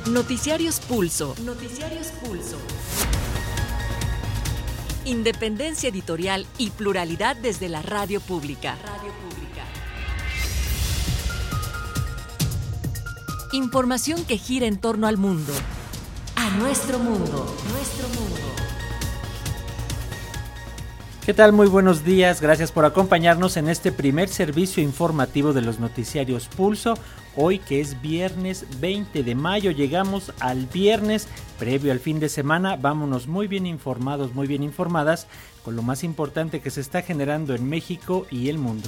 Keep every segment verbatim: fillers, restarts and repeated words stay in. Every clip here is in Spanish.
Noticiarios Pulso. Noticiarios Pulso. Independencia editorial y pluralidad desde la radio pública. Radio pública. Información que gira en torno al mundo. A nuestro mundo. Nuestro mundo. ¿Qué tal? Muy buenos días. Gracias por acompañarnos en este primer servicio informativo de los noticiarios Pulso. Hoy que es viernes veinte de mayo, llegamos al viernes previo al fin de semana. Vámonos muy bien informados, muy bien informadas con lo más importante que se está generando en México y el mundo.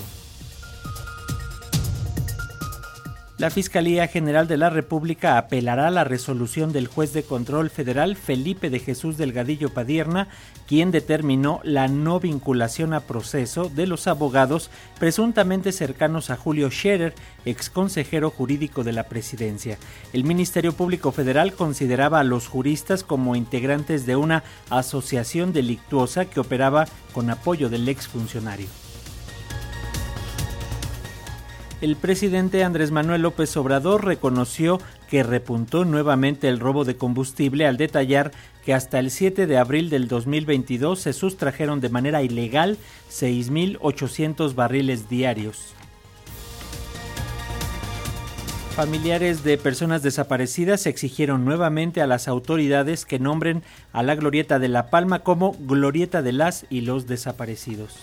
La Fiscalía General de la República apelará a la resolución del juez de control federal Felipe de Jesús Delgadillo Padierna, quien determinó la no vinculación a proceso de los abogados presuntamente cercanos a Julio Scherer, exconsejero jurídico de la presidencia. El Ministerio Público Federal consideraba a los juristas como integrantes de una asociación delictuosa que operaba con apoyo del exfuncionario. El presidente Andrés Manuel López Obrador reconoció que repuntó nuevamente el robo de combustible al detallar que hasta el siete de abril del dos mil veintidós se sustrajeron de manera ilegal seis mil ochocientos barriles diarios. Familiares de personas desaparecidas exigieron nuevamente a las autoridades que nombren a la Glorieta de La Palma como Glorieta de las y los desaparecidos.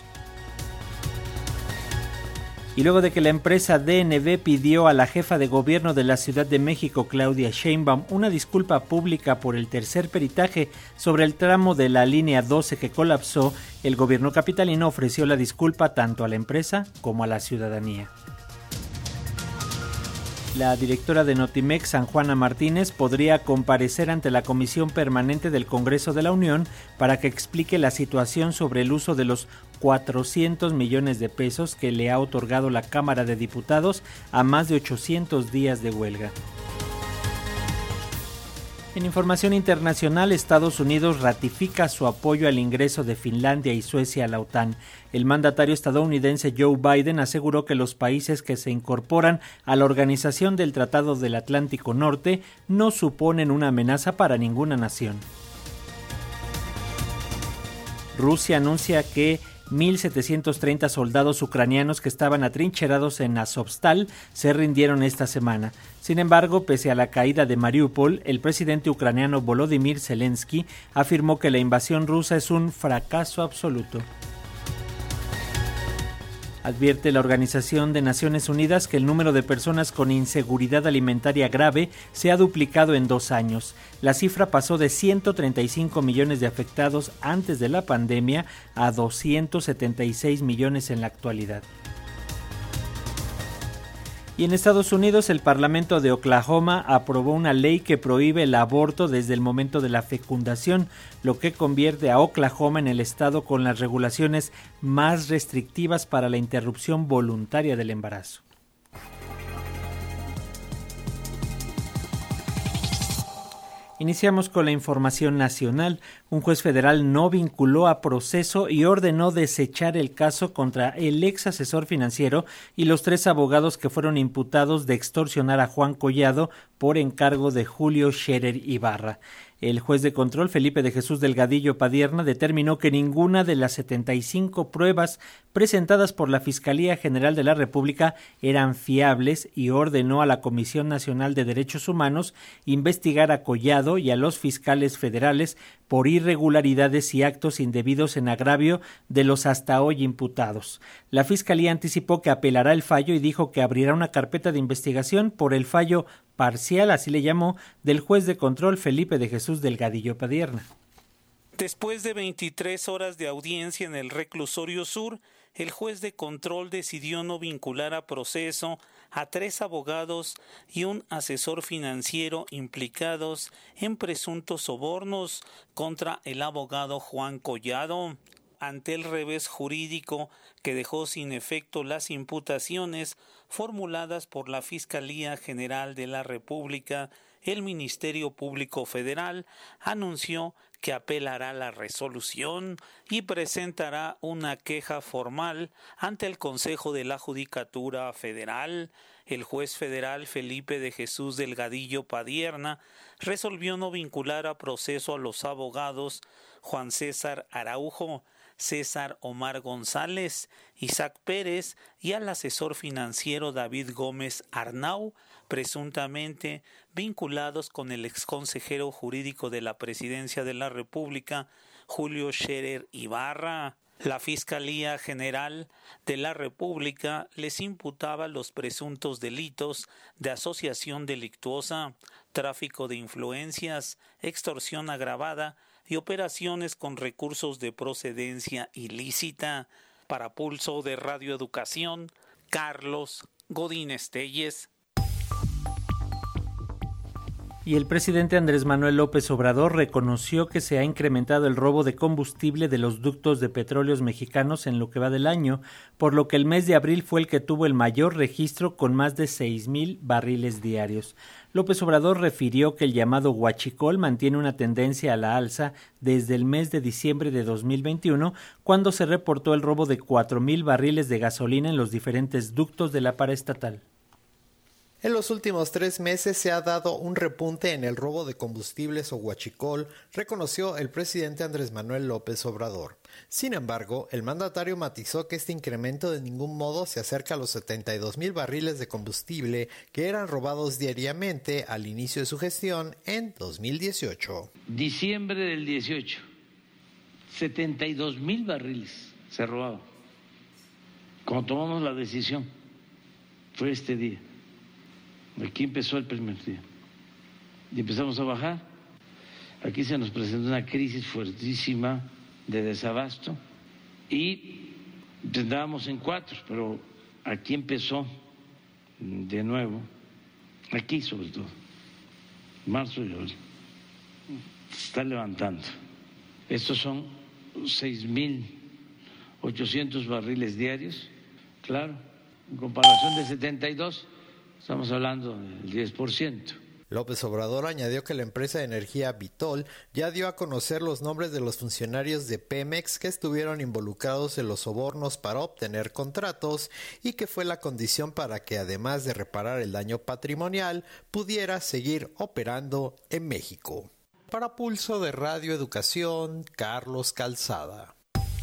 Y luego de que la empresa D N B pidió a la jefa de gobierno de la Ciudad de México, Claudia Sheinbaum, una disculpa pública por el tercer peritaje sobre el tramo de la línea doce que colapsó, el gobierno capitalino ofreció la disculpa tanto a la empresa como a la ciudadanía. La directora de Notimex, San Juana Martínez, podría comparecer ante la Comisión Permanente del Congreso de la Unión para que explique la situación sobre el uso de los cuatrocientos millones de pesos que le ha otorgado la Cámara de Diputados a más de ochocientos días de huelga. En información internacional, Estados Unidos ratifica su apoyo al ingreso de Finlandia y Suecia a la OTAN. El mandatario estadounidense Joe Biden aseguró que los países que se incorporan a la Organización del Tratado del Atlántico Norte no suponen una amenaza para ninguna nación. Rusia anuncia que mil setecientos treinta soldados ucranianos que estaban atrincherados en Azovstal se rindieron esta semana. Sin embargo, pese a la caída de Mariupol, el presidente ucraniano Volodymyr Zelensky afirmó que la invasión rusa es un fracaso absoluto. Advierte la Organización de Naciones Unidas que el número de personas con inseguridad alimentaria grave se ha duplicado en dos años. La cifra pasó de ciento treinta y cinco millones de afectados antes de la pandemia a doscientos setenta y seis millones en la actualidad. Y en Estados Unidos, el Parlamento de Oklahoma aprobó una ley que prohíbe el aborto desde el momento de la fecundación, lo que convierte a Oklahoma en el estado con las regulaciones más restrictivas para la interrupción voluntaria del embarazo. Iniciamos con la información nacional. Un juez federal no vinculó a proceso y ordenó desechar el caso contra el ex asesor financiero y los tres abogados que fueron imputados de extorsionar a Juan Collado por encargo de Julio Scherer Ibarra. El juez de control Felipe de Jesús Delgadillo Padierna determinó que ninguna de las setenta y cinco pruebas presentadas por la Fiscalía General de la República eran fiables y ordenó a la Comisión Nacional de Derechos Humanos investigar a Collado y a los fiscales federales por irregularidades y actos indebidos en agravio de los hasta hoy imputados. La Fiscalía anticipó que apelará el fallo y dijo que abrirá una carpeta de investigación por el fallo parcial, así le llamó, del juez de control Felipe de Jesús Delgadillo Padierna. Después de veintitrés horas de audiencia en el Reclusorio Sur, el juez de control decidió no vincular a proceso a tres abogados y un asesor financiero implicados en presuntos sobornos contra el abogado Juan Collado. Ante el revés jurídico que dejó sin efecto las imputaciones formuladas por la Fiscalía General de la República, el Ministerio Público Federal anunció que apelará la resolución y presentará una queja formal ante el Consejo de la Judicatura Federal. El juez federal Felipe de Jesús Delgadillo Padierna resolvió no vincular a proceso a los abogados Juan César Araujo, César Omar González, Isaac Pérez y al asesor financiero David Gómez Arnau, presuntamente vinculados con el exconsejero jurídico de la Presidencia de la República, Julio Scherer Ibarra. La Fiscalía General de la República les imputaba los presuntos delitos de asociación delictuosa, tráfico de influencias, extorsión agravada y operaciones con recursos de procedencia ilícita. Para Pulso de Radio Educación, Carlos Godínez Telles. Y el presidente Andrés Manuel López Obrador reconoció que se ha incrementado el robo de combustible de los ductos de petróleos mexicanos en lo que va del año, por lo que el mes de abril fue el que tuvo el mayor registro con más de seis mil barriles diarios. López Obrador refirió que el llamado huachicol mantiene una tendencia a la alza desde el mes de diciembre de dos mil veintiuno, cuando se reportó el robo de cuatro mil barriles de gasolina en los diferentes ductos de la paraestatal. En los últimos tres meses se ha dado un repunte en el robo de combustibles o huachicol, reconoció el presidente Andrés Manuel López Obrador. Sin embargo, el mandatario matizó que este incremento de ningún modo se acerca a los setenta y dos mil barriles de combustible que eran robados diariamente al inicio de su gestión en dos mil dieciocho. Diciembre del dieciocho, setenta y dos mil barriles se robaban. Cuando tomamos la decisión, fue este día. Aquí empezó el primer día y empezamos a bajar. Aquí se nos presentó una crisis fuertísima de desabasto y andábamos en cuatro, pero aquí empezó de nuevo, aquí sobre todo, marzo y abril, se está levantando. Estos son seis mil ochocientos barriles diarios, claro, en comparación de setenta y dos. Estamos hablando del diez por ciento. López Obrador añadió que la empresa de energía Vitol ya dio a conocer los nombres de los funcionarios de Pemex que estuvieron involucrados en los sobornos para obtener contratos y que fue la condición para que, además de reparar el daño patrimonial, pudiera seguir operando en México. Para Pulso de Radio Educación, Carlos Calzada.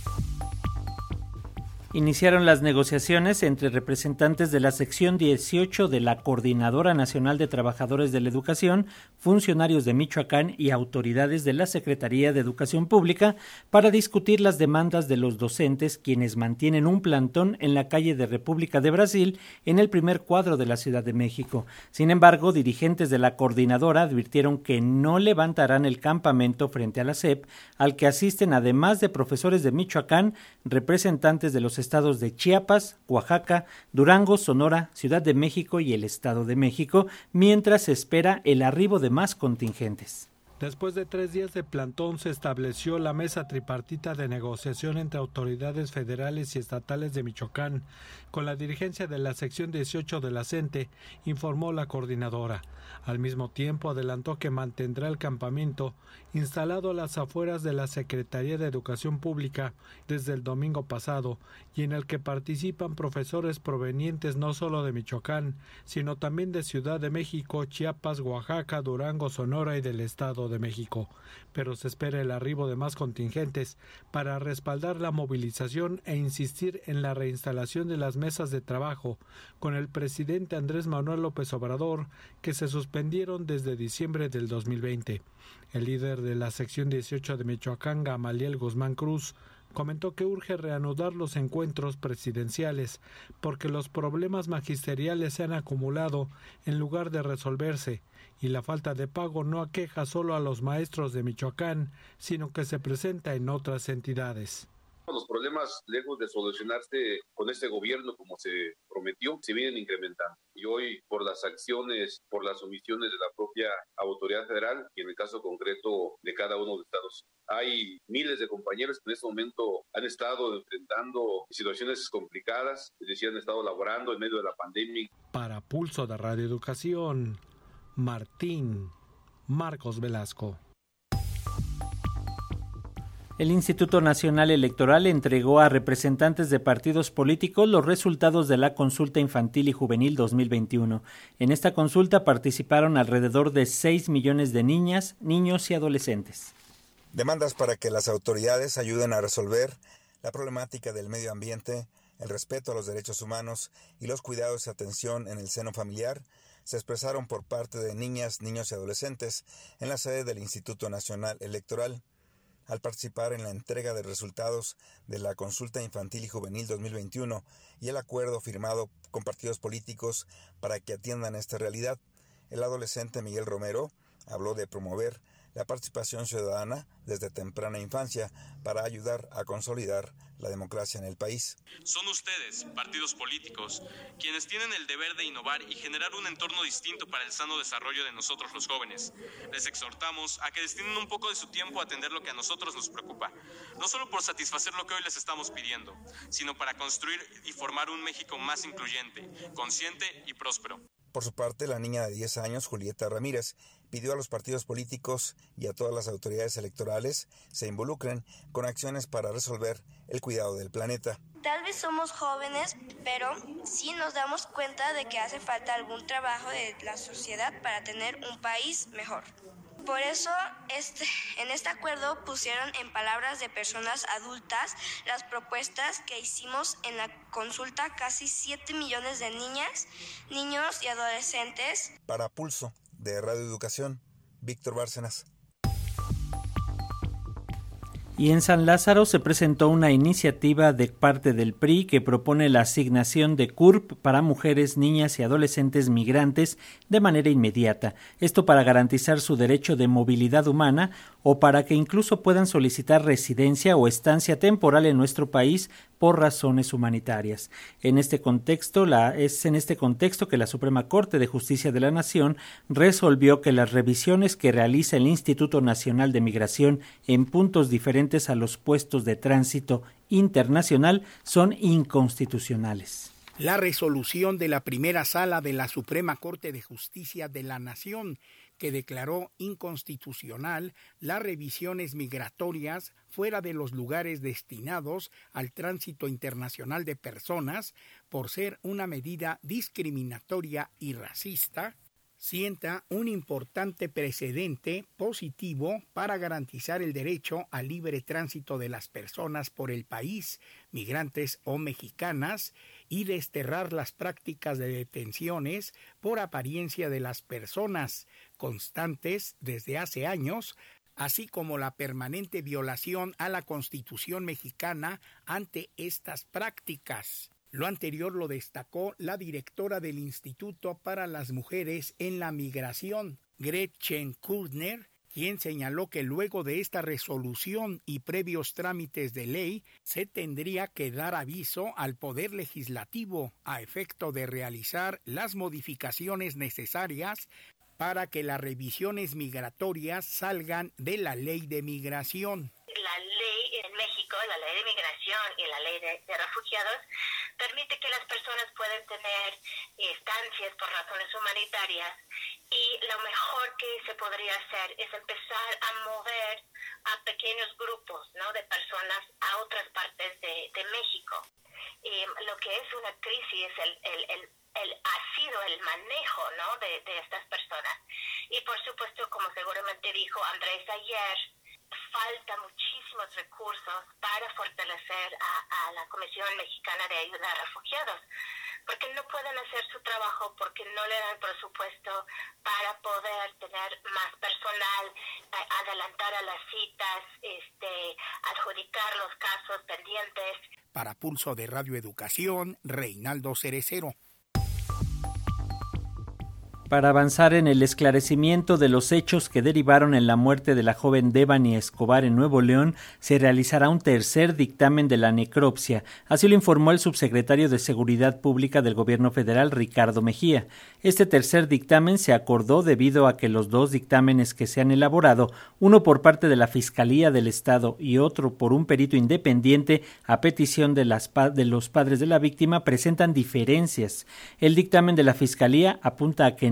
Iniciaron las negociaciones entre representantes de la sección dieciocho de la Coordinadora Nacional de Trabajadores de la Educación, funcionarios de Michoacán y autoridades de la Secretaría de Educación Pública para discutir las demandas de los docentes, quienes mantienen un plantón en la calle de República de Brasil, en el primer cuadro de la Ciudad de México. Sin embargo, dirigentes de la coordinadora advirtieron que no levantarán el campamento frente a la S E P, al que asisten, además de profesores de Michoacán, representantes de los estados de Chiapas, Oaxaca, Durango, Sonora, Ciudad de México y el Estado de México, mientras se espera el arribo de más contingentes. Después de tres días de plantón se estableció la mesa tripartita de negociación entre autoridades federales y estatales de Michoacán, con la dirigencia de la sección dieciocho de la CENTE, informó la coordinadora. Al mismo tiempo adelantó que mantendrá el campamento instalado a las afueras de la Secretaría de Educación Pública desde el domingo pasado y en el que participan profesores provenientes no solo de Michoacán, sino también de Ciudad de México, Chiapas, Oaxaca, Durango, Sonora y del Estado de México. Pero se espera el arribo de más contingentes para respaldar la movilización e insistir en la reinstalación de las mesas de trabajo con el presidente Andrés Manuel López Obrador, que se suspendieron desde diciembre del dos mil veinte. El líder de la sección dieciocho de Michoacán, Gamaliel Guzmán Cruz, comentó que urge reanudar los encuentros presidenciales porque los problemas magisteriales se han acumulado en lugar de resolverse y la falta de pago no aqueja solo a los maestros de Michoacán, sino que se presenta en otras entidades. Los problemas, lejos de solucionarse con este gobierno como se prometió, se vienen incrementando. Y hoy, por las acciones, por las omisiones de la propia autoridad federal, y en el caso concreto de cada uno de los estados, hay miles de compañeros que en este momento han estado enfrentando situaciones complicadas, es decir, han estado laborando en medio de la pandemia. Para Pulso de Radio Educación, Martín Marcos Velasco. El Instituto Nacional Electoral entregó a representantes de partidos políticos los resultados de la consulta infantil y juvenil dos mil veintiuno. En esta consulta participaron alrededor de seis millones de niñas, niños y adolescentes. Demandas para que las autoridades ayuden a resolver la problemática del medio ambiente, el respeto a los derechos humanos y los cuidados y atención en el seno familiar se expresaron por parte de niñas, niños y adolescentes en la sede del Instituto Nacional Electoral. Al participar en la entrega de resultados de la consulta infantil y juvenil dos mil veintiuno y el acuerdo firmado con partidos políticos para que atiendan esta realidad, el adolescente Miguel Romero habló de promover la participación ciudadana desde temprana infancia para ayudar a consolidar la democracia en el país. Son ustedes, partidos políticos, quienes tienen el deber de innovar y generar un entorno distinto para el sano desarrollo de nosotros los jóvenes. Les exhortamos a que destinen un poco de su tiempo a atender lo que a nosotros nos preocupa, no solo por satisfacer lo que hoy les estamos pidiendo, sino para construir y formar un México más incluyente, consciente y próspero. Por su parte, la niña de diez años, Julieta Ramírez, pidió a los partidos políticos y a todas las autoridades electorales se involucren con acciones para resolver el cuidado del planeta. Tal vez somos jóvenes, pero sí nos damos cuenta de que hace falta algún trabajo de la sociedad para tener un país mejor. Por eso, este, en este acuerdo pusieron en palabras de personas adultas las propuestas que hicimos en la consulta casi siete millones de niñas, niños y adolescentes. Para Pulso, de Radio Educación, Víctor Bárcenas. Y en San Lázaro se presentó una iniciativa de parte del P R I que propone la asignación de C U R P para mujeres, niñas y adolescentes migrantes de manera inmediata. Esto para garantizar su derecho de movilidad humana o para que incluso puedan solicitar residencia o estancia temporal en nuestro país por razones humanitarias. En este contexto, la, es en este contexto que la Suprema Corte de Justicia de la Nación resolvió que las revisiones que realiza el Instituto Nacional de Migración en puntos diferentes a los puestos de tránsito internacional son inconstitucionales. La resolución de la primera sala de la Suprema Corte de Justicia de la Nación, que declaró inconstitucional las revisiones migratorias fuera de los lugares destinados al tránsito internacional de personas por ser una medida discriminatoria y racista, sienta un importante precedente positivo para garantizar el derecho al libre tránsito de las personas por el país, migrantes o mexicanas, y desterrar las prácticas de detenciones por apariencia de las personas, constantes desde hace años, así como la permanente violación a la Constitución mexicana ante estas prácticas. Lo anterior lo destacó la directora del Instituto para las Mujeres en la Migración, Gretchen Kurtner, quien señaló que luego de esta resolución y previos trámites de ley, se tendría que dar aviso al Poder Legislativo a efecto de realizar las modificaciones necesarias para que las revisiones migratorias salgan de la Ley de Migración. La ley en México, la Ley de Migración y la Ley de, de Refugiados, permite que las personas puedan tener estancias por razones humanitarias, y lo mejor que se podría hacer es empezar a mover a pequeños grupos, ¿no?, de personas a otras partes de, de México. Eh, lo que es una crisis es el, el, el, el, ha sido el manejo, ¿no?, de, de estas personas. Y por supuesto, como seguramente dijo Andrés ayer, falta muchísimos recursos para fortalecer a, a la Comisión Mexicana de Ayuda a Refugiados, porque no pueden hacer su trabajo, porque no le dan presupuesto para poder tener más personal, adelantar a las citas, este, adjudicar los casos pendientes. Para Pulso de Radio Educación, Reinaldo Cerecero. Para avanzar en el esclarecimiento de los hechos que derivaron en la muerte de la joven Devani Escobar en Nuevo León, se realizará un tercer dictamen de la necropsia. Así lo informó el subsecretario de Seguridad Pública del Gobierno Federal, Ricardo Mejía. Este tercer dictamen se acordó debido a que los dos dictámenes que se han elaborado, uno por parte de la Fiscalía del Estado y otro por un perito independiente a petición de, las, de los padres de la víctima, presentan diferencias. El dictamen de la Fiscalía apunta a que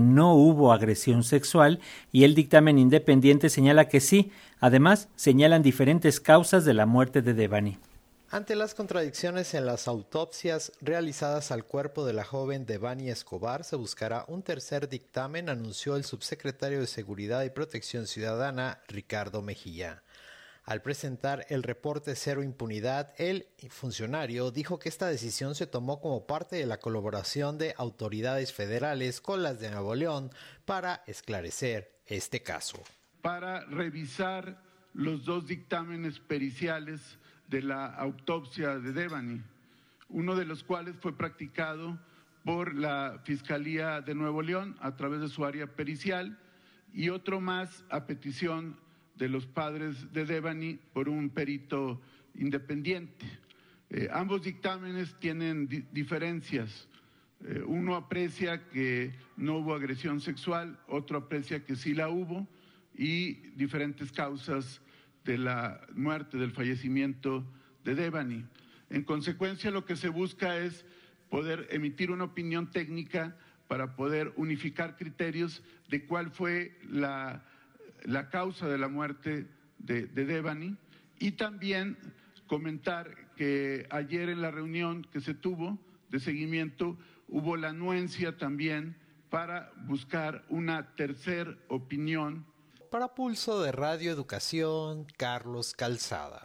no hubo agresión sexual y el dictamen independiente señala que sí. Además, señalan diferentes causas de la muerte de Devani. Ante las contradicciones en las autopsias realizadas al cuerpo de la joven Devani Escobar, se buscará un tercer dictamen, anunció el subsecretario de Seguridad y Protección Ciudadana, Ricardo Mejía. Al presentar el reporte Cero Impunidad, el funcionario dijo que esta decisión se tomó como parte de la colaboración de autoridades federales con las de Nuevo León para esclarecer este caso. Para revisar los dos dictámenes periciales de la autopsia de Devani, uno de los cuales fue practicado por la Fiscalía de Nuevo León a través de su área pericial y otro más a petición de los padres de Devani por un perito independiente. Eh, ambos dictámenes tienen di- diferencias. Eh, uno aprecia que no hubo agresión sexual, otro aprecia que sí la hubo y diferentes causas de la muerte, del fallecimiento de Devani. En consecuencia, lo que se busca es poder emitir una opinión técnica para poder unificar criterios de cuál fue la, la causa de la muerte de, de Devani y también comentar que ayer en la reunión que se tuvo de seguimiento hubo la anuencia también para buscar una tercer opinión. Para Pulso de Radio Educación, Carlos Calzada.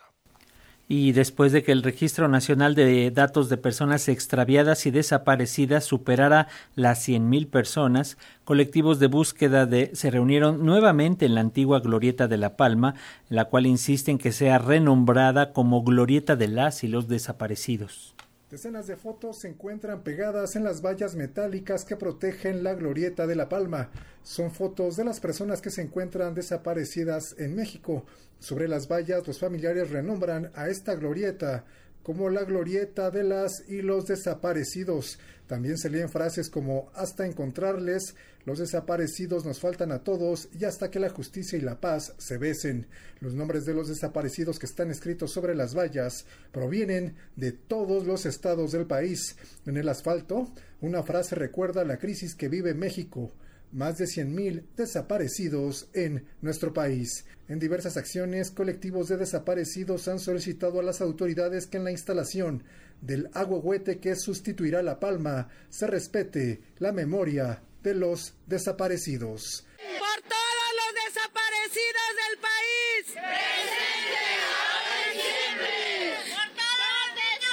Y después de que el Registro Nacional de Datos de Personas Extraviadas y Desaparecidas superara las cien mil personas, colectivos de búsqueda de, se reunieron nuevamente en la antigua Glorieta de La Palma, la cual insiste en que sea renombrada como Glorieta de las y los Desaparecidos. Decenas de fotos se encuentran pegadas en las vallas metálicas que protegen la Glorieta de La Palma. Son fotos de las personas que se encuentran desaparecidas en México. Sobre las vallas, los familiares renombran a esta glorieta como la Glorieta de las y los Desaparecidos. También se leen frases como hasta encontrarles, los desaparecidos nos faltan a todos y hasta que la justicia y la paz se besen. Los nombres de los desaparecidos que están escritos sobre las vallas provienen de todos los estados del país. En el asfalto, una frase recuerda la crisis que vive México. Más de cien mil desaparecidos en nuestro país. En diversas acciones, colectivos de desaparecidos han solicitado a las autoridades que en la instalación del agüehuete que sustituirá La Palma se respete la memoria de los desaparecidos. Por todos los desaparecidos del país. Presente, ahora y siempre. Por todos los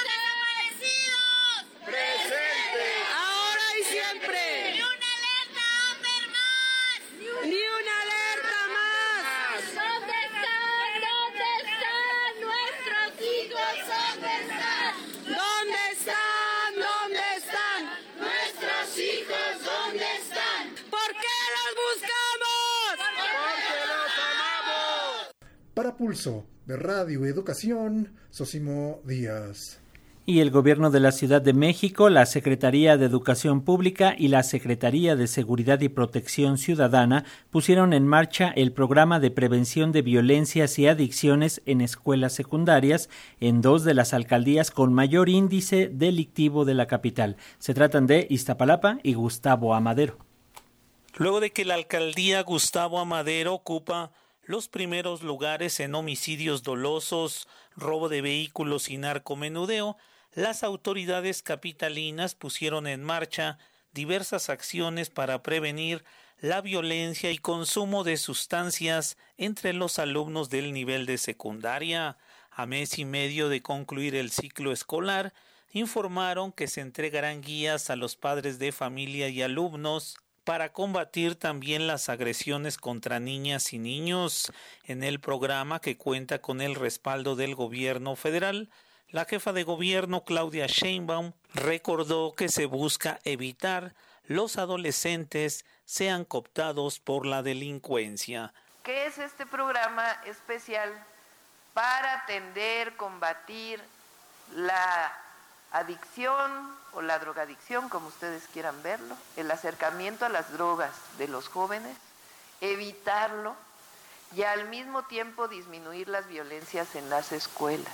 desaparecidos. Presente, ahora y siempre. Ni una alerta Amber más. Ni una alerta más. ¿Dónde están? ¿Dónde están nuestros hijos? ¿Dónde están? ¿Dónde están? ¿Dónde están nuestros hijos? ¿Dónde están? ¿Por qué los buscamos? Porque los amamos. Para Pulso de Radio Educación, Sosimo Díaz. Y el Gobierno de la Ciudad de México, la Secretaría de Educación Pública y la Secretaría de Seguridad y Protección Ciudadana pusieron en marcha el programa de prevención de violencias y adicciones en escuelas secundarias en dos de las alcaldías con mayor índice delictivo de la capital. Se tratan de Iztapalapa y Gustavo Amadero. Luego de que la alcaldía Gustavo Amadero ocupa los primeros lugares en homicidios dolosos, robo de vehículos y narcomenudeo, las autoridades capitalinas pusieron en marcha diversas acciones para prevenir la violencia y consumo de sustancias entre los alumnos del nivel de secundaria. A mes y medio de concluir el ciclo escolar, informaron que se entregarán guías a los padres de familia y alumnos para combatir también las agresiones contra niñas y niños. En el programa, que cuenta con el respaldo del gobierno federal, la jefa de gobierno Claudia Sheinbaum recordó que se busca evitar los adolescentes sean cooptados por la delincuencia. ¿Qué es este programa especial para atender, combatir la adicción o la drogadicción, como ustedes quieran verlo, el acercamiento a las drogas de los jóvenes, evitarlo y al mismo tiempo disminuir las violencias en las escuelas?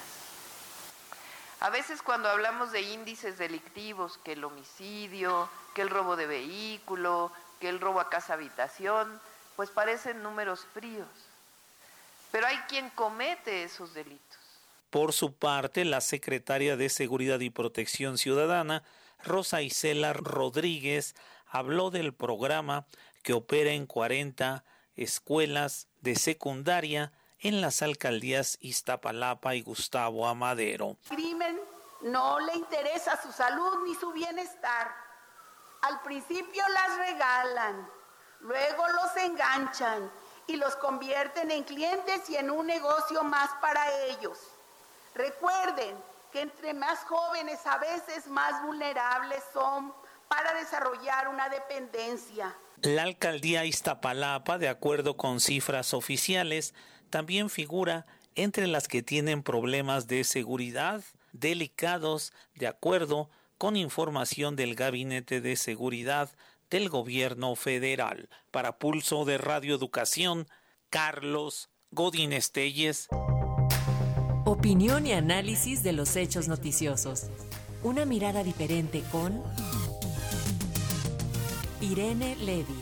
A veces cuando hablamos de índices delictivos, que el homicidio, que el robo de vehículo, que el robo a casa habitación, pues parecen números fríos. Pero hay quien comete esos delitos. Por su parte, la secretaria de Seguridad y Protección Ciudadana, Rosa Isela Rodríguez, habló del programa que opera en cuarenta escuelas de secundaria en las alcaldías Iztapalapa y Gustavo Amadero. El crimen no le interesa su salud ni su bienestar. Al principio las regalan, luego los enganchan y los convierten en clientes y en un negocio más para ellos. Recuerden que entre más jóvenes a veces más vulnerables son para desarrollar una dependencia. La alcaldía Iztapalapa, de acuerdo con cifras oficiales, también figura entre las que tienen problemas de seguridad delicados, de acuerdo con información del Gabinete de Seguridad del Gobierno Federal. Para Pulso de Radio Educación, Carlos Godínez Telles. Opinión y análisis de los hechos noticiosos. Una mirada diferente con Irene Levy.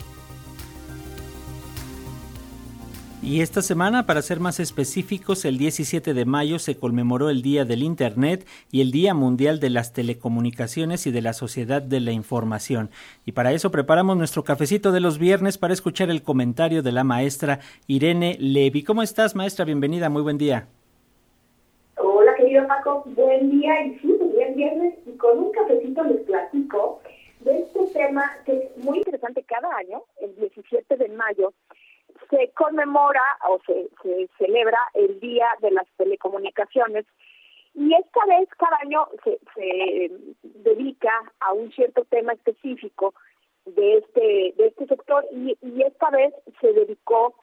Y esta semana, para ser más específicos, el diecisiete de mayo se conmemoró el Día del Internet y el Día Mundial de las Telecomunicaciones y de la Sociedad de la Información. Y para eso preparamos nuestro cafecito de los viernes para escuchar el comentario de la maestra Irene Levy. ¿Cómo estás, maestra? Bienvenida, muy buen día. Hola, querido Paco, buen día y sí, buen viernes. Y con un cafecito les platico de este tema que es muy interesante. Cada año, el diecisiete de mayo, se conmemora o se, se celebra el Día de las Telecomunicaciones y esta vez cada año se, se dedica a un cierto tema específico de este de este sector y, y esta vez se dedicó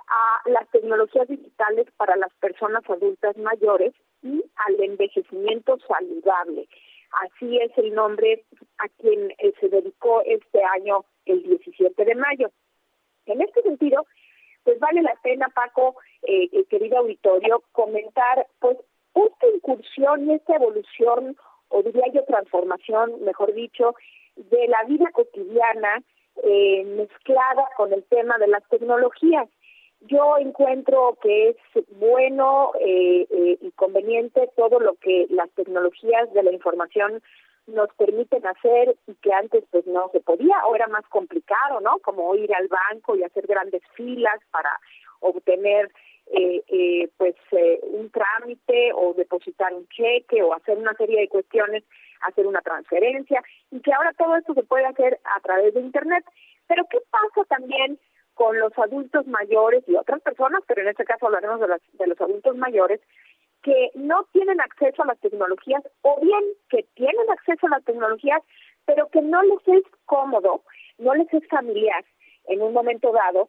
a las tecnologías digitales para las personas adultas mayores y al envejecimiento saludable. Así es el nombre a quien eh, se dedicó este año el diecisiete de mayo. En este sentido, pues vale la pena, Paco, eh, eh, querido auditorio, comentar pues esta incursión y esta evolución, o diría yo transformación, mejor dicho, de la vida cotidiana eh, mezclada con el tema de las tecnologías. Yo encuentro que es bueno eh, eh, y conveniente todo lo que las tecnologías de la información nos permiten hacer y que antes pues no se podía o era más complicado, ¿no? Como ir al banco y hacer grandes filas para obtener eh, eh, pues eh, un trámite o depositar un cheque o hacer una serie de cuestiones, hacer una transferencia y que ahora todo esto se puede hacer a través de Internet. Pero ¿qué pasa también con los adultos mayores y otras personas, pero en este caso hablaremos de, las, de los adultos mayores, que no tienen acceso a las tecnologías o bien que tienen acceso a las tecnologías, pero que no les es cómodo, no les es familiar en un momento dado,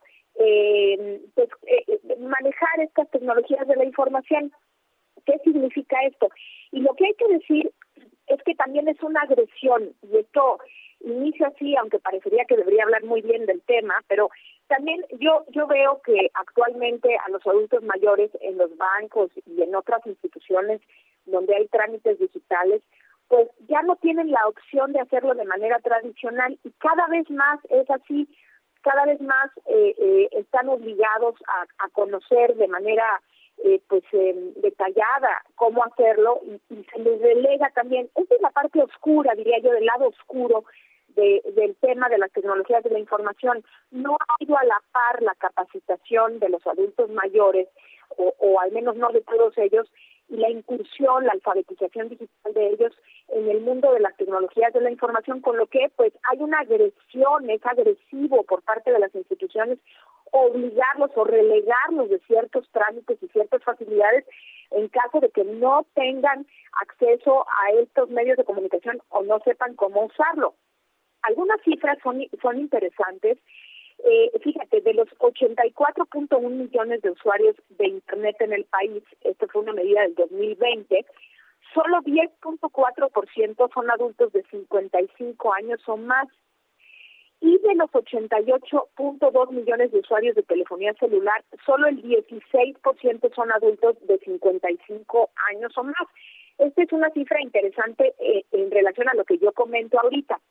eh, pues, eh, manejar estas tecnologías de la información? ¿Qué significa esto? Y lo que hay que decir es que también es una agresión, y esto inicia así, aunque parecería que debería hablar muy bien del tema, pero también yo yo veo que actualmente a los adultos mayores en los bancos y en otras instituciones donde hay trámites digitales, pues ya no tienen la opción de hacerlo de manera tradicional y cada vez más es así, cada vez más eh, eh, están obligados a, a conocer de manera eh, pues eh, detallada cómo hacerlo y, y se les delega también. Esa es la parte oscura, diría yo, del lado oscuro De, del tema de las tecnologías de la información. No ha ido a la par la capacitación de los adultos mayores, o, o al menos no de todos ellos, y la incursión, la alfabetización digital de ellos en el mundo de las tecnologías de la información, con lo que pues hay una agresión, es agresivo por parte de las instituciones obligarlos o relegarlos de ciertos trámites y ciertas facilidades en caso de que no tengan acceso a estos medios de comunicación o no sepan cómo usarlo. Algunas cifras son, son interesantes. Eh, fíjate, de los ochenta y cuatro punto uno millones de usuarios de Internet en el país, esta fue una medida del dos mil veinte, solo diez punto cuatro por ciento son adultos de cincuenta y cinco años o más. Y de los ochenta y ocho punto dos millones de usuarios de telefonía celular, solo el dieciséis por ciento son adultos de cincuenta y cinco años o más. Esta es una cifra interesante eh, en relación a lo que yo comento ahorita.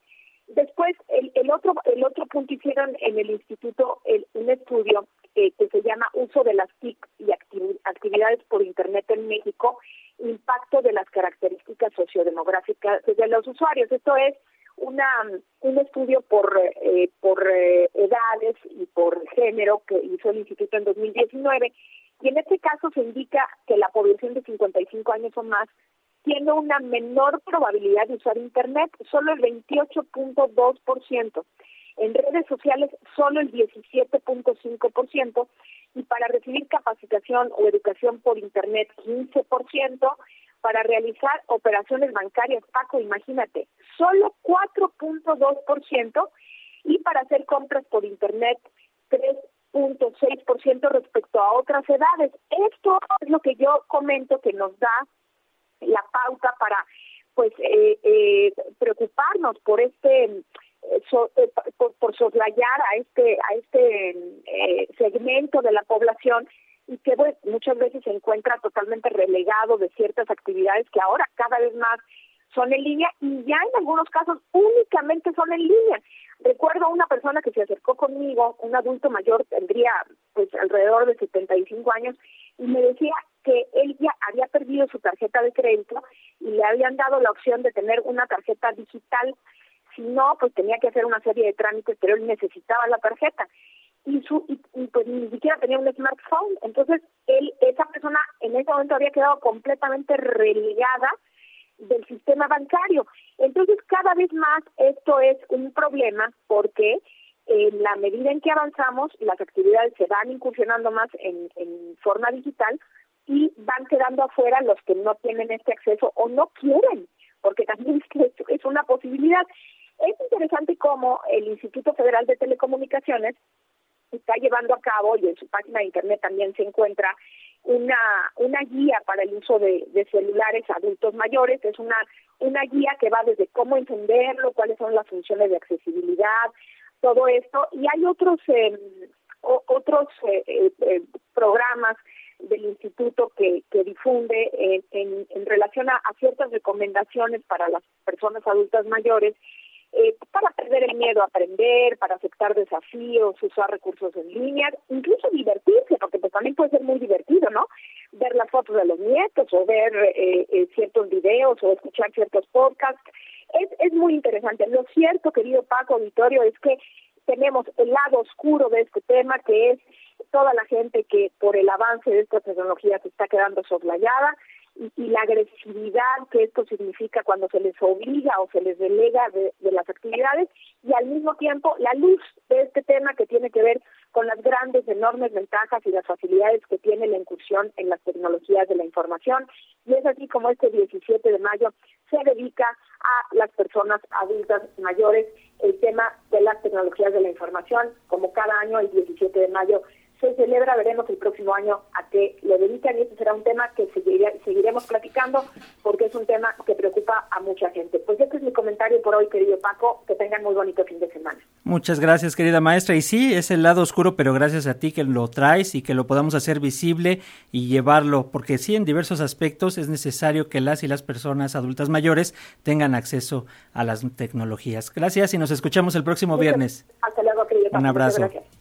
Después, el, el otro el otro punto hicieron en el instituto el, un estudio eh, que se llama Uso de las T I C y activ- actividades por Internet en México, impacto de las características sociodemográficas de los usuarios. Esto es una un estudio por eh, por eh, edades y por género que hizo el instituto en dos mil diecinueve, y en este caso se indica que la población de cincuenta y cinco años o más tiene una menor probabilidad de usar Internet, solo el veintiocho punto dos por ciento. En redes sociales, solo el diecisiete punto cinco por ciento. Y para recibir capacitación o educación por Internet, quince por ciento. Para realizar operaciones bancarias, Paco, imagínate, solo cuatro punto dos por ciento. Y para hacer compras por Internet, tres punto seis por ciento respecto a otras edades. Esto es lo que yo comento que nos da la pauta para pues eh, eh, preocuparnos por este eh, so, eh, por, por soslayar a este a este eh, segmento de la población, y que pues, muchas veces se encuentra totalmente relegado de ciertas actividades que ahora cada vez más son en línea, y ya en algunos casos únicamente son en línea. Recuerdo a una persona que se acercó conmigo, un adulto mayor, tendría pues alrededor de setenta y cinco años, y me decía que él ya había perdido su tarjeta de crédito y le habían dado la opción de tener una tarjeta digital. Si no, pues tenía que hacer una serie de trámites, pero él necesitaba la tarjeta. Y, su, y, y pues ni siquiera tenía un smartphone. Entonces, él, esa persona en ese momento había quedado completamente relegada del sistema bancario. Entonces, cada vez más esto es un problema, porque en la medida en que avanzamos, las actividades se van incursionando más en, en forma digital, y van quedando afuera los que no tienen este acceso o no quieren, porque también es, es una posibilidad. Es interesante cómo el Instituto Federal de Telecomunicaciones está llevando a cabo, y en su página de internet también se encuentra una una guía para el uso de, de celulares a adultos mayores. Es una una guía que va desde cómo encenderlo, cuáles son las funciones de accesibilidad, todo esto, y hay otros eh, o, otros eh, eh, programas del instituto que, que difunde eh, en, en relación a, a ciertas recomendaciones para las personas adultas mayores, eh, para perder el miedo a aprender, para aceptar desafíos, usar recursos en línea, incluso divertirse, porque pues también puede ser muy divertido, ¿no? Ver las fotos de los nietos, o ver eh, eh, ciertos videos, o escuchar ciertos podcasts. Es, es muy interesante. Lo cierto, querido Paco, auditorio, es que tenemos el lado oscuro de este tema, que es toda la gente que por el avance de esta tecnología se está quedando soslayada, y, y la agresividad que esto significa cuando se les obliga o se les delega de, de las actividades, y al mismo tiempo la luz de este tema que tiene que ver con las grandes, enormes ventajas y las facilidades que tiene la incursión en las tecnologías de la información. Y es así como este diecisiete de mayo se dedica a las personas adultas mayores el tema de las tecnologías de la información. Como cada año, el diecisiete de mayo se celebra, veremos el próximo año a qué lo dedican, y este será un tema que seguiré, seguiremos platicando, porque es un tema que preocupa a mucha gente. Pues este es mi comentario por hoy, querido Paco, que tengan muy bonito fin de semana. Muchas gracias, querida maestra, y sí, es el lado oscuro, pero gracias a ti que lo traes y que lo podamos hacer visible y llevarlo, porque sí, en diversos aspectos es necesario que las y las personas adultas mayores tengan acceso a las tecnologías. Gracias, y nos escuchamos el próximo viernes. Hasta luego, querido Paco. Un abrazo. Muchas gracias.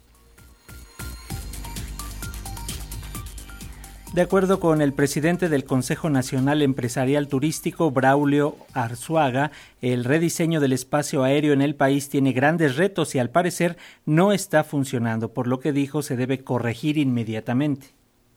De acuerdo con el presidente del Consejo Nacional Empresarial Turístico, Braulio Arzuaga, el rediseño del espacio aéreo en el país tiene grandes retos y al parecer no está funcionando, por lo que dijo se debe corregir inmediatamente.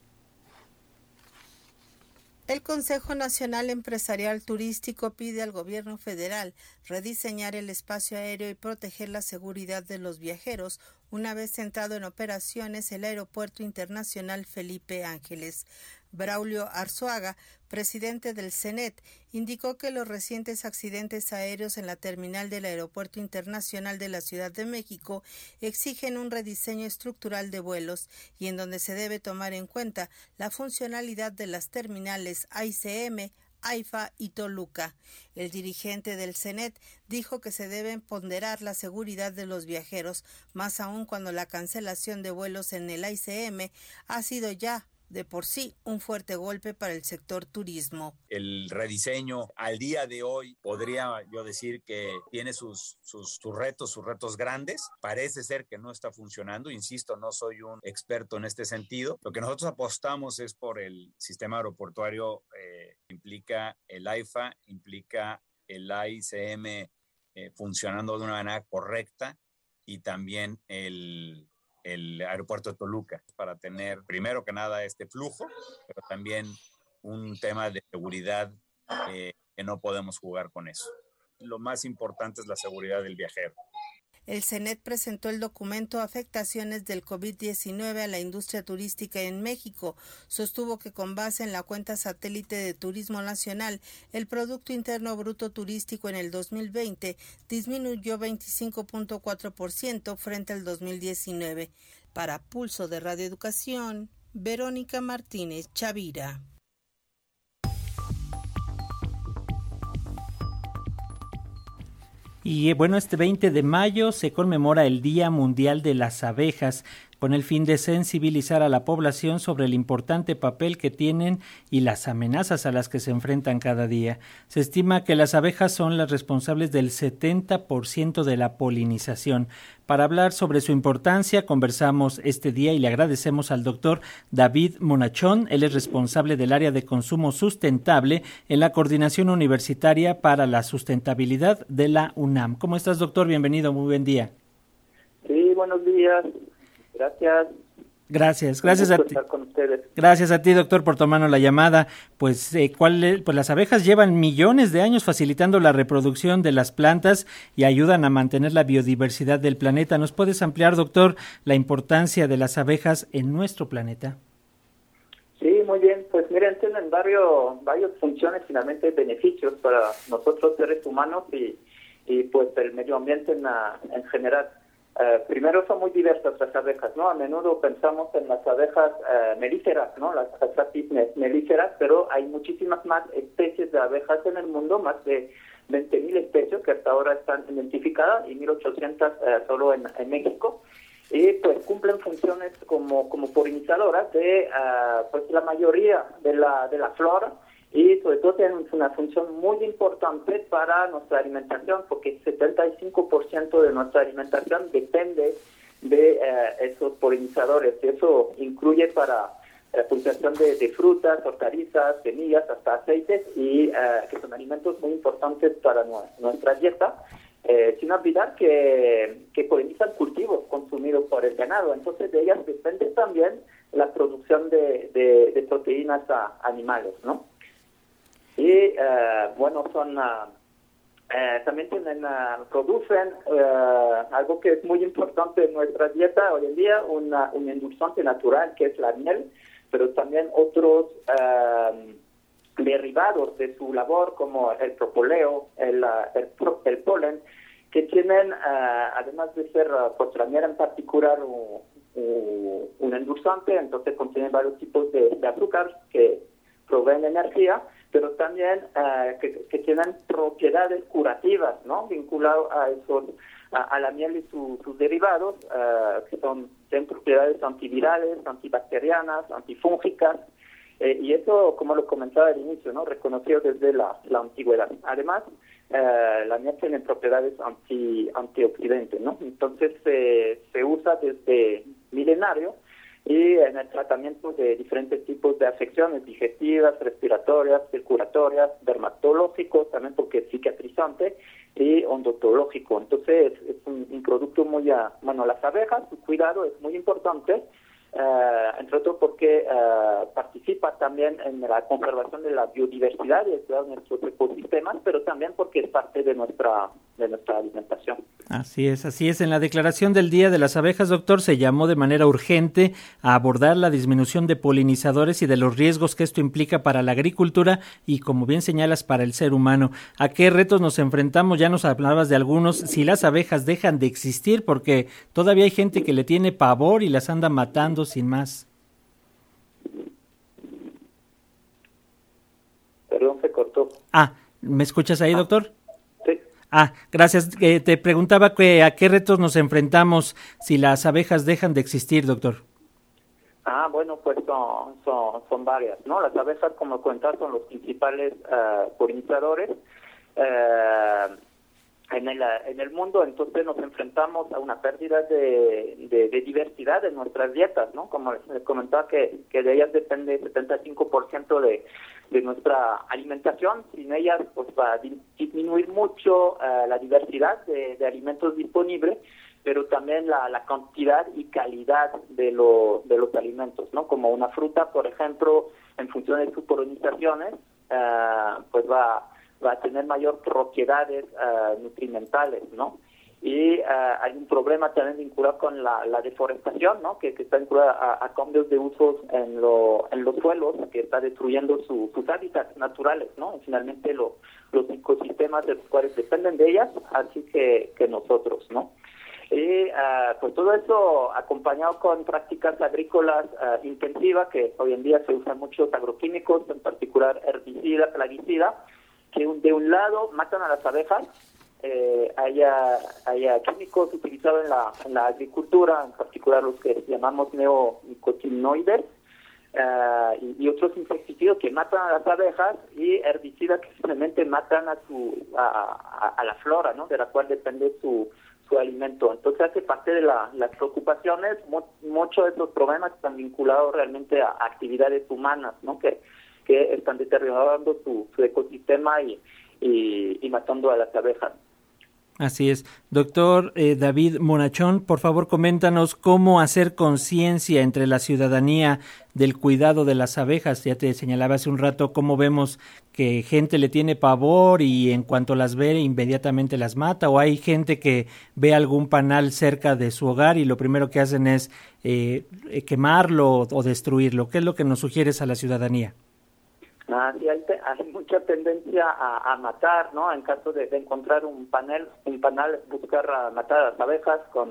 El Consejo Nacional Empresarial Turístico pide al gobierno federal rediseñar el espacio aéreo y proteger la seguridad de los viajeros una vez centrado en operaciones el Aeropuerto Internacional Felipe Ángeles. Braulio Arzuaga, presidente del CENET, indicó que los recientes accidentes aéreos en la terminal del Aeropuerto Internacional de la Ciudad de México exigen un rediseño estructural de vuelos y en donde se debe tomar en cuenta la funcionalidad de las terminales A I C M, AIFA y Toluca. El dirigente del CENET dijo que se debe ponderar la seguridad de los viajeros, más aún cuando la cancelación de vuelos en el A I C M ha sido ya de por sí un fuerte golpe para el sector turismo. El rediseño al día de hoy podría yo decir que tiene sus, sus, sus retos, sus retos grandes. Parece ser que no está funcionando. Insisto, no soy un experto en este sentido. Lo que nosotros apostamos es por el sistema aeroportuario, eh, implica el AIFA, implica el A I C M eh, funcionando de una manera correcta y también el, el aeropuerto de Toluca para tener primero que nada este flujo, pero también un tema de seguridad eh, que no podemos jugar con eso. Lo más importante es la seguridad del viajero. El CENET presentó el documento Afectaciones del COVID diecinueve a la industria turística en México. Sostuvo que con base en la cuenta satélite de Turismo Nacional, el Producto Interno Bruto Turístico en el dos mil veinte disminuyó veinticinco punto cuatro por ciento frente al dos mil diecinueve. Para Pulso de Radio Educación, Verónica Martínez Chavira. Y bueno, este veinte de mayo se conmemora el Día Mundial de las Abejas, con el fin de sensibilizar a la población sobre el importante papel que tienen y las amenazas a las que se enfrentan cada día. Se estima que las abejas son las responsables del setenta por ciento de la polinización. Para hablar sobre su importancia, conversamos este día y le agradecemos al doctor David Monachón. Él es responsable del área de consumo sustentable en la Coordinación Universitaria para la Sustentabilidad de la UNAM. ¿Cómo estás, doctor? Bienvenido, muy buen día. Sí, buenos días. Gracias. Gracias, gracias a ti. Estar con ustedes. Gracias a ti, doctor, por tomarnos la llamada. Pues, eh, ¿cuál es? Pues las abejas llevan millones de años facilitando la reproducción de las plantas y ayudan a mantener la biodiversidad del planeta. ¿Nos puedes ampliar, doctor, la importancia de las abejas en nuestro planeta? Sí, muy bien. Pues miren, tienen varios, varias funciones, finalmente beneficios para nosotros seres humanos y, y pues el medio ambiente en, en general. Uh, primero, son muy diversas las abejas, ¿no? A menudo pensamos en las abejas uh, melíferas, ¿no? Las apis melíferas, pero hay muchísimas más especies de abejas en el mundo, más de veinte mil especies que hasta ahora están identificadas y mil ochocientas uh, solo en, en México. Y pues cumplen funciones como, como polinizadoras de uh, pues la mayoría de la, de la flora. Y sobre todo tienen una función muy importante para nuestra alimentación, porque el setenta y cinco por ciento de nuestra alimentación depende de eh, esos polinizadores. Y eso incluye para la producción de, de frutas, hortalizas, semillas, hasta aceites, y eh, que son alimentos muy importantes para no, nuestra dieta, eh, sin olvidar que, que polinizan cultivos consumidos por el ganado. Entonces de ellas depende también la producción de, de, de proteínas a animales, ¿no? Y, uh, bueno, son, uh, uh, también tienen, uh, producen uh, algo que es muy importante en nuestra dieta hoy en día, una, un endulzante natural que es la miel, pero también otros uh, derivados de su labor como el propóleo, el, uh, el, el polen, que tienen, uh, además de ser, uh, pues la miel en particular, un, un, un endulzante, entonces contiene varios tipos de, de azúcar que proveen energía, pero también uh, que, que tienen propiedades curativas, ¿no? Vinculadas a esos, a, a la miel y su, sus derivados, uh, que son tienen propiedades antivirales, antibacterianas, antifúngicas, eh, y eso, como lo comentaba al inicio, ¿no? Reconocido desde la, la antigüedad. Además, uh, la miel tiene propiedades anti, antioxidantes, ¿no? Entonces eh, se usa desde milenario y en el tratamiento de diferentes tipos de afecciones digestivas, respiratorias, circulatorias, dermatológicos, también porque es cicatrizante, y odontológico. Entonces es un, un producto muy, uh, bueno, las abejas, su cuidado es muy importante, uh, entre otros porque uh, participa también en la conservación de la biodiversidad y de nuestros ecosistemas, pero también porque es parte de nuestra, de nuestra alimentación. Así es, así es. En la declaración del Día de las Abejas, doctor, se llamó de manera urgente a abordar la disminución de polinizadores y de los riesgos que esto implica para la agricultura y, como bien señalas, para el ser humano. ¿A qué retos nos enfrentamos? Ya nos hablabas de algunos. Si las abejas dejan de existir, porque todavía hay gente que le tiene pavor y las anda matando sin más. Perdón, se cortó. Ah, ¿me escuchas ahí, doctor? Sí. Ah, gracias. Eh, te preguntaba que a qué retos nos enfrentamos si las abejas dejan de existir, doctor. Ah, bueno, pues son, son, son varias, ¿no? Las abejas, como cuentas, son los principales uh, polinizadores uh, en el en el mundo. Entonces nos enfrentamos a una pérdida de, de, de diversidad en nuestras dietas, ¿no? Como les comentaba, que, que de ellas depende el setenta y cinco por ciento de, de nuestra alimentación. Sin ellas, pues va a disminuir mucho uh, la diversidad de, de alimentos disponibles, pero también la, la cantidad y calidad de, lo, de los alimentos, ¿no? Como una fruta, por ejemplo, en función de sus polinizaciones, uh, pues va, va a tener mayor propiedades uh, nutrimentales, ¿no? Y uh, hay un problema también vinculado con la, la deforestación, ¿no? Que, que está vinculada a, a cambios de usos en, lo, en los suelos, que está destruyendo su, sus hábitats naturales, ¿no? Y finalmente lo, los ecosistemas de los cuales dependen de ellas, así que, que nosotros, ¿no? Y uh, pues todo eso acompañado con prácticas agrícolas uh, intensivas, que hoy en día se usan muchos agroquímicos, en particular herbicida, plaguicida, que un, de un lado matan a las abejas. Eh, haya, haya químicos utilizados en la, en la agricultura, en particular los que llamamos neonicotinoides, uh, y, y otros insecticidas que matan a las abejas, y herbicidas que simplemente matan a su a, a, a la flora, ¿no? De la cual depende su su alimento. Entonces hace parte de la, las preocupaciones. Mo, muchos de estos problemas están vinculados realmente a, a actividades humanas, ¿no? Que, que están deteriorando su, su ecosistema y, y, y matando a las abejas. Así es. Doctor eh, David Monachón, por favor, coméntanos cómo hacer conciencia entre la ciudadanía del cuidado de las abejas. Ya te señalaba hace un rato cómo vemos que gente le tiene pavor y en cuanto las ve inmediatamente las mata, o hay gente que ve algún panal cerca de su hogar y lo primero que hacen es eh, quemarlo o destruirlo. ¿Qué es lo que nos sugieres a la ciudadanía? Ah, sí, hay, hay mucha tendencia a, a matar, ¿no? En caso de, de encontrar un panel, un panal, buscar a matar a las abejas con,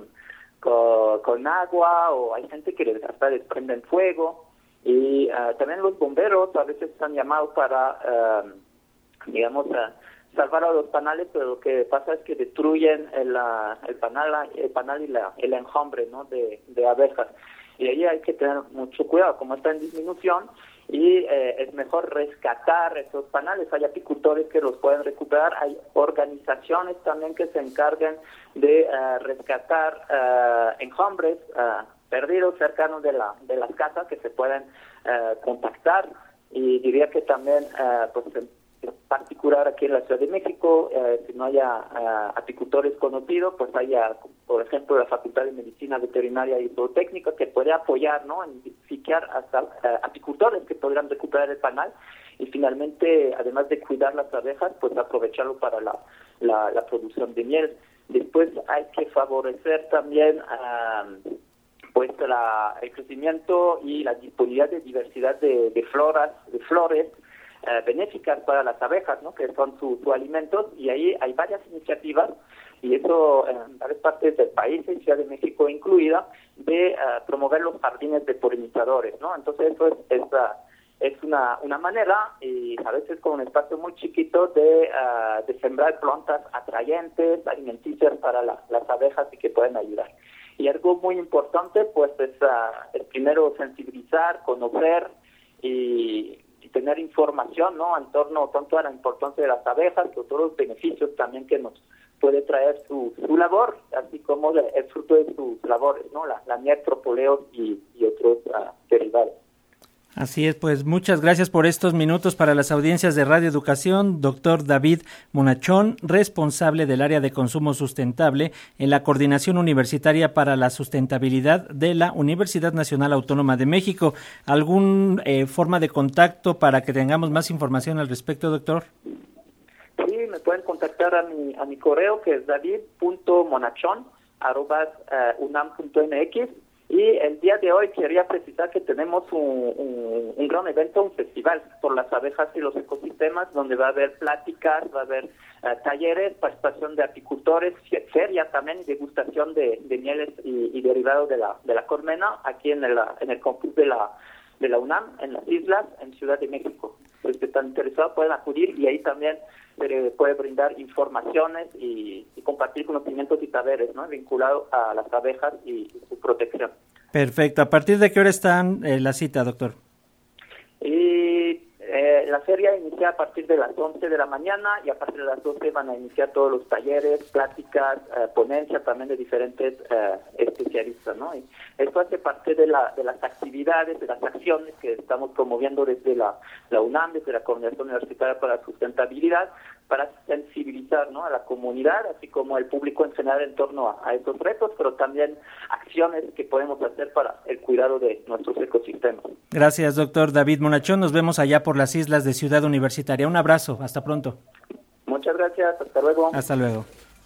con, con agua, o hay gente que les hasta les prenden fuego. Y uh, también los bomberos a veces están llamados para, uh, digamos, uh, salvar a los panales, pero lo que pasa es que destruyen el, uh, el panal, el panal y la, el enjambre, ¿no? de, de abejas. Y ahí hay que tener mucho cuidado, como está en disminución, y eh, es mejor rescatar esos panales. Hay apicultores que los pueden recuperar, hay organizaciones también que se encargan de uh, rescatar uh, enjambres uh, perdidos cercanos de la de las casas, que se pueden uh, contactar. Y diría que también, uh, pues en particular aquí en la Ciudad de México, uh, si no haya uh, apicultores conocidos, pues haya, por ejemplo, la Facultad de Medicina Veterinaria y Zootécnica, que puede apoyar, ¿no? En identificar hasta uh, apicultores que podrán recuperar el panal, y finalmente, además de cuidar las abejas, pues aprovecharlo para la, la, la producción de miel. Después hay que favorecer también uh, pues la, el crecimiento y la disponibilidad de diversidad de, de floras, de flores, Uh, benéficas para las abejas, ¿no? Que son sus su alimentos, y ahí hay varias iniciativas, y eso en varias partes del país, en Ciudad de México incluida, de uh, promover los jardines de polinizadores, ¿no? Entonces eso es, es, uh, es una, una manera, y a veces con un espacio muy chiquito, de, uh, de sembrar plantas atrayentes, alimenticias para la, las abejas, y que pueden ayudar. Y algo muy importante, pues, es, uh, es primero sensibilizar, conocer y tener información, ¿no? En torno tanto a la importancia de las abejas, que todos los beneficios también que nos puede traer su, su labor, así como el, el fruto de sus labores, ¿no? La, la miel, propóleos y, y otros uh, derivados. Así es, pues muchas gracias por estos minutos para las audiencias de Radio Educación, doctor David Monachón, responsable del área de consumo sustentable en la Coordinación Universitaria para la Sustentabilidad de la Universidad Nacional Autónoma de México. ¿Alguna eh, forma de contacto para que tengamos más información al respecto, doctor? Sí, me pueden contactar a mi, a mi correo, que es david punto monachón arroba unam punto mx. Y el día de hoy quería precisar que tenemos un, un, un gran evento, un festival por las abejas y los ecosistemas, donde va a haber pláticas, va a haber uh, talleres, participación de apicultores, feria también, degustación de, de mieles y, y derivados de la de la colmena, aquí en el, en el campus de la de la UNAM, en las islas, en Ciudad de México. Los que están interesados pueden acudir, y ahí también se puede brindar informaciones y, y compartir conocimientos y saberes, ¿no? Vinculados a las abejas y, y su protección. Perfecto. ¿A partir de qué hora están eh, la cita, doctor? Y eh, la feria inicia a partir de las once de la mañana y a partir de las doce van a iniciar todos los talleres, pláticas, eh, ponencias también de diferentes eh, especialistas, ¿no? Y esto hace parte de, la, de las actividades, de las acciones que estamos promoviendo desde la, la UNAM, desde la Coordinación Universitaria para la Sustentabilidad, para sensibilizar, ¿no?, a la comunidad, así como al público en general en torno a, a estos retos, pero también acciones que podemos hacer para el cuidado de nuestros ecosistemas. Gracias, doctor David Monachón. Nos vemos allá por las islas de Ciudad Universitaria. Un abrazo. Hasta pronto. Muchas gracias. Hasta luego. Hasta luego.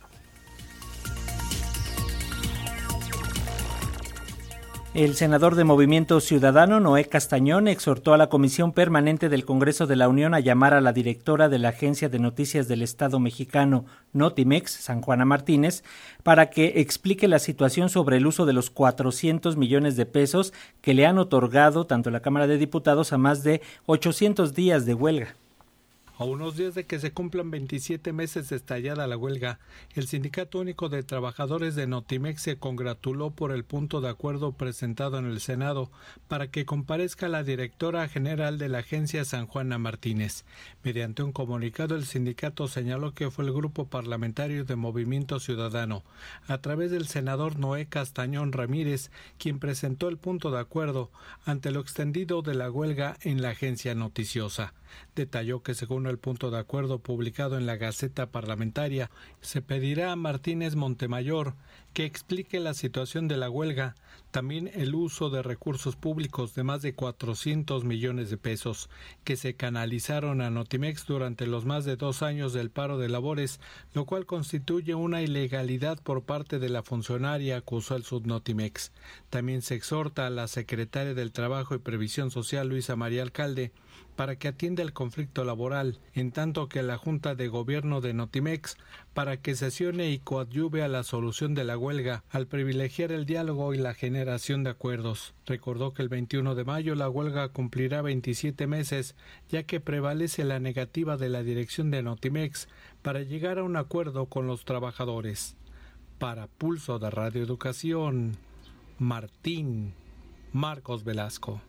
El senador de Movimiento Ciudadano, Noé Castañón, exhortó a la Comisión Permanente del Congreso de la Unión a llamar a la directora de la Agencia de Noticias del Estado mexicano, Notimex, San Juana Martínez, para que explique la situación sobre el uso de los cuatrocientos millones de pesos que le han otorgado tanto la Cámara de Diputados a más de ochocientos días de huelga. A unos días de que se cumplan veintisiete meses de estallada la huelga, el Sindicato Único de Trabajadores de Notimex se congratuló por el punto de acuerdo presentado en el Senado para que comparezca la directora general de la agencia, San Juana Martínez. Mediante un comunicado, el sindicato señaló que fue el grupo parlamentario de Movimiento Ciudadano, a través del senador Noé Castañón Ramírez, quien presentó el punto de acuerdo ante lo extendido de la huelga en la agencia noticiosa. Detalló que según el punto de acuerdo publicado en la Gaceta Parlamentaria, se pedirá a Martínez Montemayor que explique la situación de la huelga, también el uso de recursos públicos de más de cuatrocientos millones de pesos que se canalizaron a Notimex durante los más de dos años del paro de labores, lo cual constituye una ilegalidad por parte de la funcionaria, acusó el Subnotimex. También se exhorta a la secretaria del Trabajo y Previsión Social, Luisa María Alcalde, para que atienda el conflicto laboral, en tanto que la Junta de Gobierno de Notimex para que sesione y coadyuve a la solución de la huelga, al privilegiar el diálogo y la generación de acuerdos. Recordó que el veintiuno de mayo la huelga cumplirá veintisiete meses, ya que prevalece la negativa de la dirección de Notimex para llegar a un acuerdo con los trabajadores. Para Pulso de Radio Educación, Martín Marcos Velasco.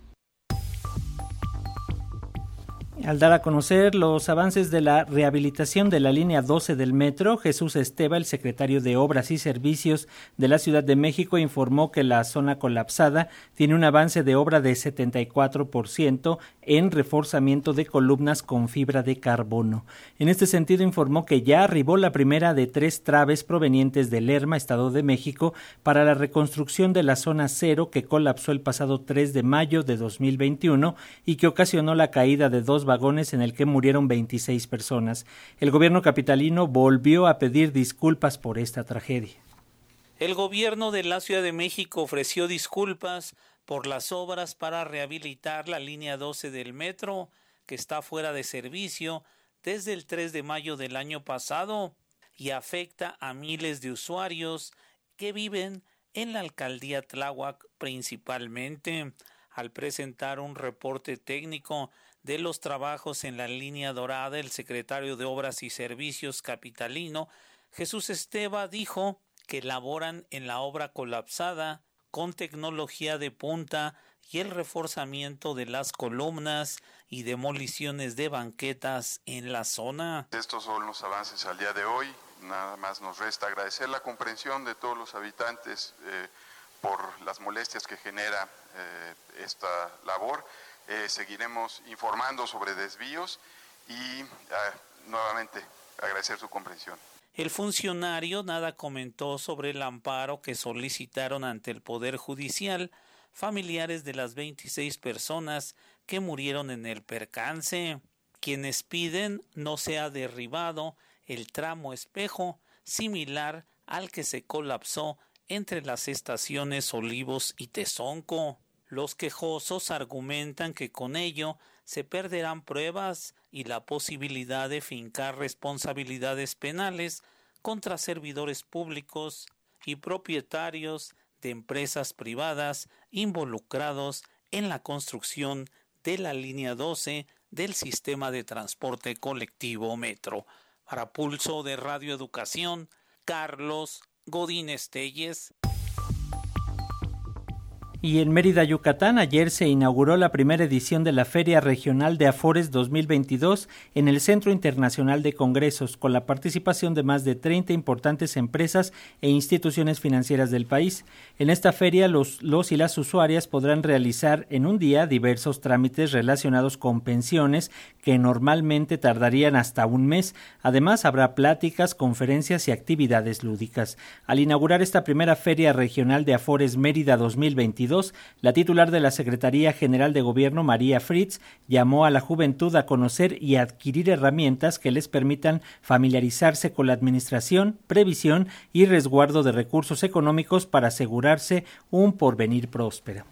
Al dar a conocer los avances de la rehabilitación de la línea doce del metro, Jesús Esteva, el secretario de Obras y Servicios de la Ciudad de México, informó que la zona colapsada tiene un avance de obra de setenta y cuatro por ciento en reforzamiento de columnas con fibra de carbono. En este sentido, informó que ya arribó la primera de tres traves provenientes de Lerma, Estado de México, para la reconstrucción de la zona cero que colapsó el pasado tres de mayo de dos mil veintiuno y que ocasionó la caída de dos vagones en el que murieron veintiséis personas. El gobierno capitalino volvió a pedir disculpas por esta tragedia. El gobierno de la Ciudad de México ofreció disculpas por las obras para rehabilitar la línea doce del metro, que está fuera de servicio desde el tres de mayo del año pasado y afecta a miles de usuarios que viven en la alcaldía Tláhuac principalmente. Al presentar un reporte técnico de los trabajos en la línea dorada, el secretario de Obras y Servicios capitalino, Jesús Esteva, dijo que laboran en la obra colapsada con tecnología de punta y el reforzamiento de las columnas y demoliciones de banquetas en la zona. Estos son los avances al día de hoy. Nada más nos resta agradecer la comprensión de todos los habitantes eh, por las molestias que genera eh, esta labor. Eh, seguiremos informando sobre desvíos y eh, nuevamente agradecer su comprensión. El funcionario nada comentó sobre el amparo que solicitaron ante el Poder Judicial familiares de las veintiséis personas que murieron en el percance, quienes piden no sea derribado el tramo espejo similar al que se colapsó entre las estaciones Olivos y Tezonco. Los quejosos argumentan que con ello se perderán pruebas y la posibilidad de fincar responsabilidades penales contra servidores públicos y propietarios de empresas privadas involucrados en la construcción de la línea doce del sistema de transporte colectivo Metro. Para Pulso de Radio Educación, Carlos Godínez Telles. Y en Mérida, Yucatán, ayer se inauguró la primera edición de la Feria Regional de Afores dos mil veintidós en el Centro Internacional de Congresos, con la participación de más de treinta importantes empresas e instituciones financieras del país. En esta feria, los, los y las usuarias podrán realizar en un día diversos trámites relacionados con pensiones que normalmente tardarían hasta un mes. Además, habrá pláticas, conferencias y actividades lúdicas. Al inaugurar esta primera Feria Regional de Afores Mérida dos mil veintidós, la titular de la Secretaría General de Gobierno, María Fritz, llamó a la juventud a conocer y adquirir herramientas que les permitan familiarizarse con la administración, previsión y resguardo de recursos económicos para asegurarse un porvenir próspero.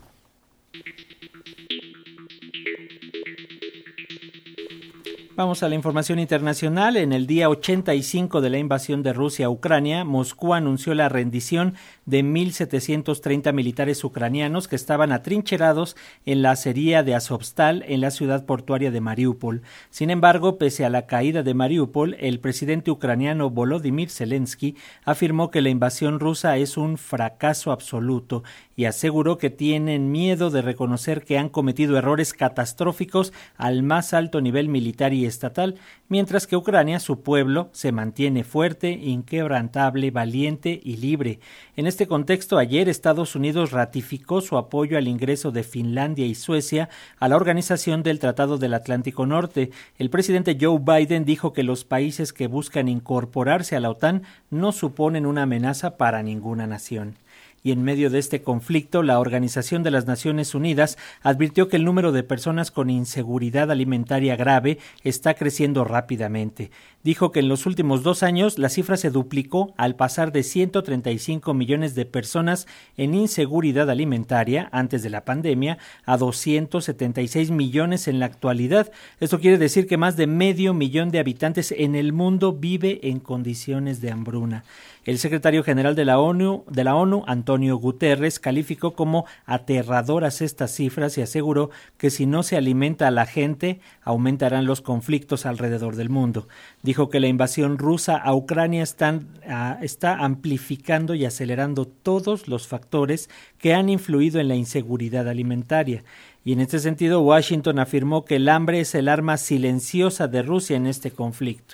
Vamos a la información internacional. En el día ochenta y cinco de la invasión de Rusia a Ucrania, Moscú anunció la rendición de mil setecientos treinta militares ucranianos que estaban atrincherados en la acería de Azovstal en la ciudad portuaria de Mariupol. Sin embargo, pese a la caída de Mariupol, el presidente ucraniano Volodymyr Zelensky afirmó que la invasión rusa es un fracaso absoluto y aseguró que tienen miedo de reconocer que han cometido errores catastróficos al más alto nivel militar y estatal, mientras que Ucrania, su pueblo, se mantiene fuerte, inquebrantable, valiente y libre. En este contexto, ayer Estados Unidos ratificó su apoyo al ingreso de Finlandia y Suecia a la Organización del Tratado del Atlántico Norte. El presidente Joe Biden dijo que los países que buscan incorporarse a la OTAN no suponen una amenaza para ninguna nación. Y en medio de este conflicto, la Organización de las Naciones Unidas advirtió que el número de personas con inseguridad alimentaria grave está creciendo rápidamente. Dijo que en los últimos dos años la cifra se duplicó al pasar de ciento treinta y cinco millones de personas en inseguridad alimentaria antes de la pandemia a doscientos setenta y seis millones en la actualidad. Esto quiere decir que más de medio millón de habitantes en el mundo vive en condiciones de hambruna. El secretario general de la ONU, de la ONU, Antonio Guterres, calificó como aterradoras estas cifras y aseguró que si no se alimenta a la gente, aumentarán los conflictos alrededor del mundo. Dijo que la invasión rusa a Ucrania están, uh, está amplificando y acelerando todos los factores que han influido en la inseguridad alimentaria. Y en este sentido, Washington afirmó que el hambre es el arma silenciosa de Rusia en este conflicto.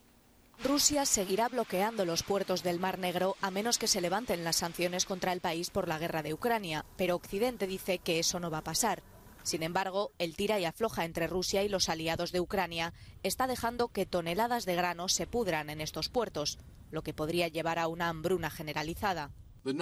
Rusia seguirá bloqueando los puertos del Mar Negro a menos que se levanten las sanciones contra el país por la guerra de Ucrania, pero Occidente dice que eso no va a pasar. Sin embargo, el tira y afloja entre Rusia y los aliados de Ucrania está dejando que toneladas de grano se pudran en estos puertos, lo que podría llevar a una hambruna generalizada.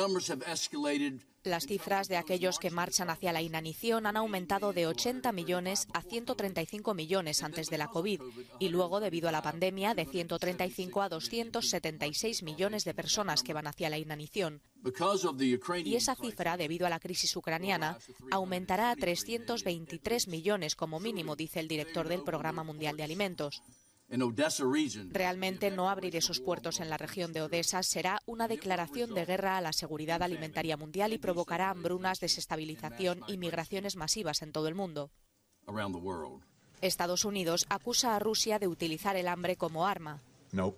Las cifras de aquellos que marchan hacia la inanición han aumentado de ochenta millones a ciento treinta y cinco millones antes de la COVID y luego, debido a la pandemia, de ciento treinta y cinco a doscientos setenta y seis millones de personas que van hacia la inanición. Y esa cifra, debido a la crisis ucraniana, aumentará a trescientos veintitrés millones como mínimo, dice el director del Programa Mundial de Alimentos. Realmente no abrir esos puertos en la región de Odessa será una declaración de guerra a la seguridad alimentaria mundial y provocará hambrunas, desestabilización y migraciones masivas en todo el mundo. Estados Unidos acusa a Rusia de utilizar el hambre como arma. No,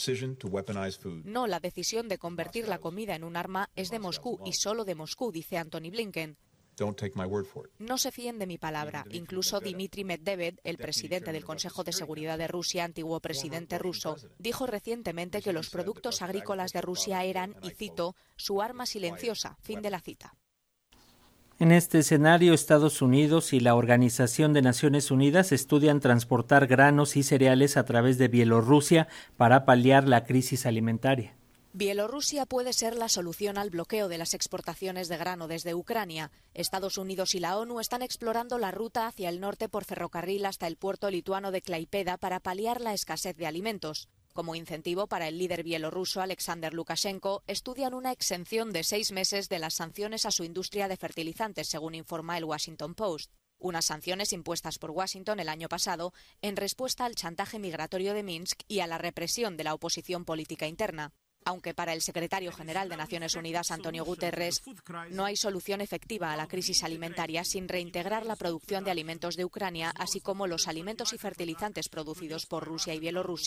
la decisión de convertir la comida en un arma es de Moscú y solo de Moscú, dice Antony Blinken. No se fíen de mi palabra. Incluso Dmitry Medvedev, el presidente del Consejo de Seguridad de Rusia, antiguo presidente ruso, dijo recientemente que los productos agrícolas de Rusia eran, y cito, su arma silenciosa. Fin de la cita. En este escenario, Estados Unidos y la Organización de Naciones Unidas estudian transportar granos y cereales a través de Bielorrusia para paliar la crisis alimentaria. Bielorrusia puede ser la solución al bloqueo de las exportaciones de grano desde Ucrania. Estados Unidos y la ONU están explorando la ruta hacia el norte por ferrocarril hasta el puerto lituano de Klaipėda para paliar la escasez de alimentos. Como incentivo para el líder bielorruso Alexander Lukashenko, estudian una exención de seis meses de las sanciones a su industria de fertilizantes, según informa el Washington Post. Unas sanciones impuestas por Washington el año pasado en respuesta al chantaje migratorio de Minsk y a la represión de la oposición política interna. Aunque para el secretario general de Naciones Unidas, Antonio Guterres, no hay solución efectiva a la crisis alimentaria sin reintegrar la producción de alimentos de Ucrania, así como los alimentos y fertilizantes producidos por Rusia y Bielorrusia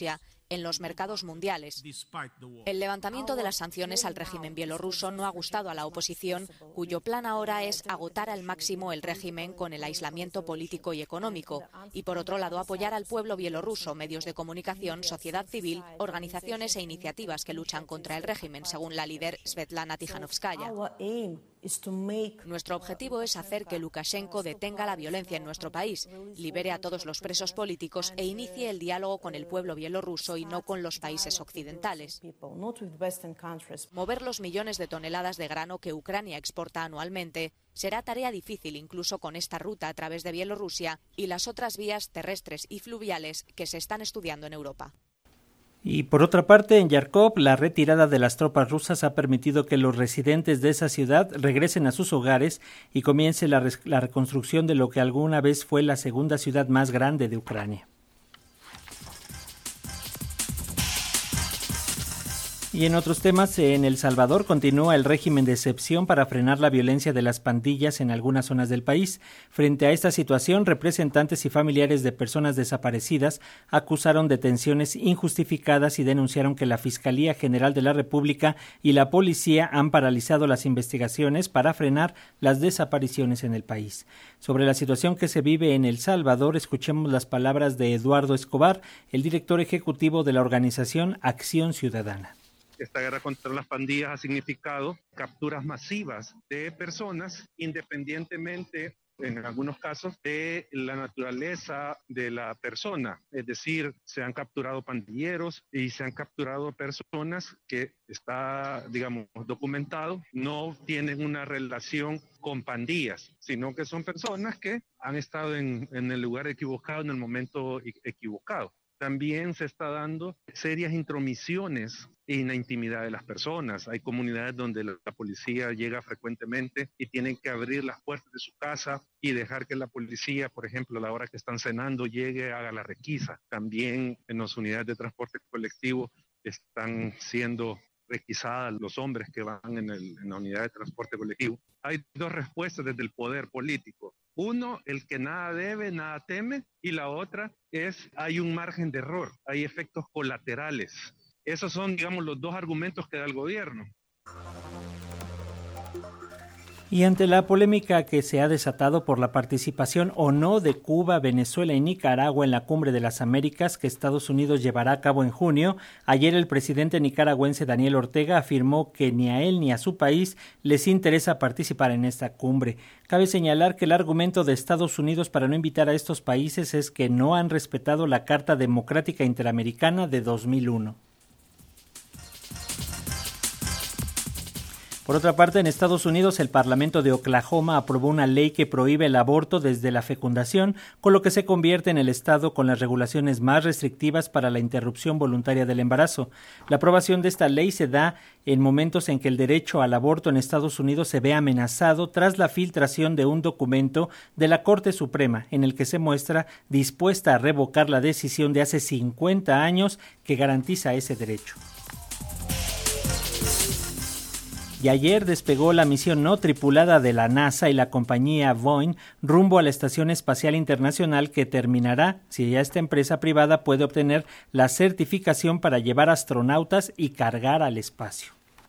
en los mercados mundiales. El levantamiento de las sanciones al régimen bielorruso no ha gustado a la oposición, cuyo plan ahora es agotar al máximo el régimen con el aislamiento político y económico, y por otro lado apoyar al pueblo bielorruso, medios de comunicación, sociedad civil, organizaciones e iniciativas que luchan contra el régimen, según la líder Svetlana Tikhanovskaya. Nuestro objetivo es hacer que Lukashenko detenga la violencia en nuestro país, libere a todos los presos políticos e inicie el diálogo con el pueblo bielorruso y no con los países occidentales. Mover los millones de toneladas de grano que Ucrania exporta anualmente será tarea difícil incluso con esta ruta a través de Bielorrusia y las otras vías terrestres y fluviales que se están estudiando en Europa. Y por otra parte, en Yarkov, la retirada de las tropas rusas ha permitido que los residentes de esa ciudad regresen a sus hogares y comience la, la reconstrucción de lo que alguna vez fue la segunda ciudad más grande de Ucrania. Y en otros temas, en El Salvador continúa el régimen de excepción para frenar la violencia de las pandillas en algunas zonas del país. Frente a esta situación, representantes y familiares de personas desaparecidas acusaron detenciones injustificadas y denunciaron que la Fiscalía General de la República y la policía han paralizado las investigaciones para frenar las desapariciones en el país. Sobre la situación que se vive en El Salvador, escuchemos las palabras de Eduardo Escobar, el director ejecutivo de la organización Acción Ciudadana. Esta guerra contra las pandillas ha significado capturas masivas de personas, independientemente, en algunos casos, de la naturaleza de la persona. Es decir, se han capturado pandilleros y se han capturado personas que está, digamos, documentado, no tienen una relación con pandillas, sino que son personas que han estado en, en el lugar equivocado, en el momento equivocado. También se está dando serias intromisiones en la intimidad de las personas. Hay comunidades donde la, la policía llega frecuentemente y tienen que abrir las puertas de su casa y dejar que la policía, por ejemplo, a la hora que están cenando, llegue, haga la requisa. También en las unidades de transporte colectivo están siendo requisadas los hombres que van en, el, en la unidad de transporte colectivo. Hay dos respuestas desde el poder político. Uno, el que nada debe, nada teme, y la otra es, hay un margen de error, hay efectos colaterales. Esos son, digamos, los dos argumentos que da el gobierno. Y ante la polémica que se ha desatado por la participación o no de Cuba, Venezuela y Nicaragua en la Cumbre de las Américas que Estados Unidos llevará a cabo en junio, ayer el presidente nicaragüense Daniel Ortega afirmó que ni a él ni a su país les interesa participar en esta cumbre. Cabe señalar que el argumento de Estados Unidos para no invitar a estos países es que no han respetado la Carta Democrática Interamericana de dos mil uno. Por otra parte, en Estados Unidos, el Parlamento de Oklahoma aprobó una ley que prohíbe el aborto desde la fecundación, con lo que se convierte en el estado con las regulaciones más restrictivas para la interrupción voluntaria del embarazo. La aprobación de esta ley se da en momentos en que el derecho al aborto en Estados Unidos se ve amenazado tras la filtración de un documento de la Corte Suprema, en el que se muestra dispuesta a revocar la decisión de hace cincuenta años que garantiza ese derecho. Y ayer despegó la misión no tripulada de la NASA y la compañía Boeing rumbo a la Estación Espacial Internacional, que terminará si ya esta empresa privada puede obtener la certificación para llevar astronautas y cargar al espacio.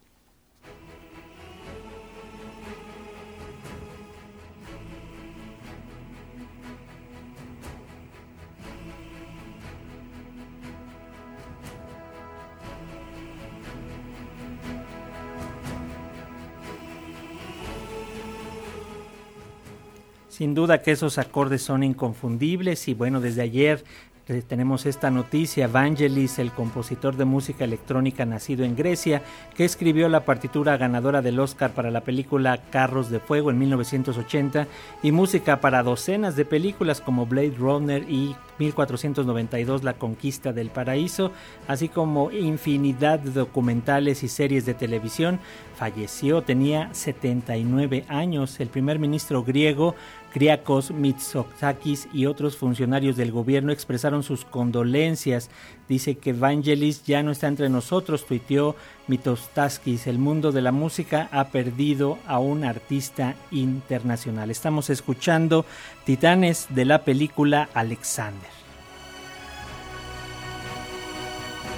Sin duda que esos acordes son inconfundibles y bueno, desde ayer eh, tenemos esta noticia. Vangelis, el compositor de música electrónica nacido en Grecia, que escribió la partitura ganadora del Oscar para la película Carros de Fuego en mil novecientos ochenta y música para docenas de películas como Blade Runner y mil cuatrocientos noventa y dos La Conquista del Paraíso, así como infinidad de documentales y series de televisión, falleció, tenía setenta y nueve años. El primer ministro griego Kyriakos Mitsotakis y otros funcionarios del gobierno expresaron sus condolencias. Dice que Vangelis ya no está entre nosotros, tuiteó Mitsotakis. El mundo de la música ha perdido a un artista internacional. Estamos escuchando Titanes de la película Alexander.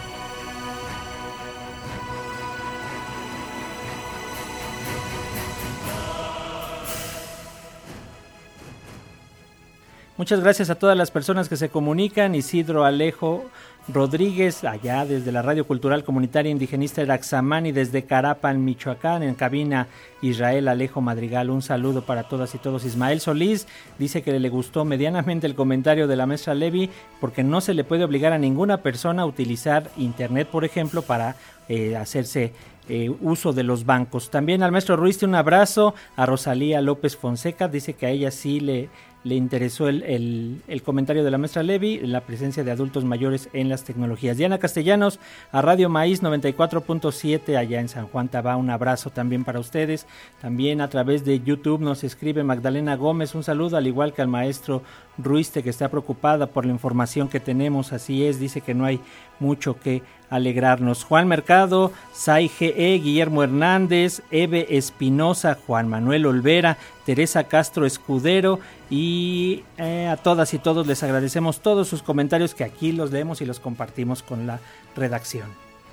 Muchas gracias a todas las personas que se comunican. Isidro Alejo Rodríguez, allá desde la Radio Cultural Comunitaria Indigenista Eraxamani, desde Carapan, Michoacán, en cabina Israel Alejo Madrigal, un saludo para todas y todos. Ismael Solís dice que le gustó medianamente el comentario de la maestra Levy, porque no se le puede obligar a ninguna persona a utilizar internet, por ejemplo, para eh, hacerse eh, uso de los bancos. También al maestro Ruiz, un abrazo. A Rosalía López Fonseca, dice que a ella sí le... le interesó el, el, el comentario de la maestra Levy, la presencia de adultos mayores en las tecnologías. Diana Castellanos, a Radio Maíz noventa y cuatro punto siete, allá en San Juan Tabá, un abrazo también para ustedes. También a través de YouTube nos escribe Magdalena Gómez, un saludo, al igual que al maestro Ruiste, que está preocupada por la información que tenemos. Así es, dice que no hay mucho que alegrarnos. Juan Mercado, Sai G E, Guillermo Hernández, Eve Espinosa, Juan Manuel Olvera, Teresa Castro Escudero, y eh, a todas y todos les agradecemos todos sus comentarios, que aquí los leemos y los compartimos con la redacción.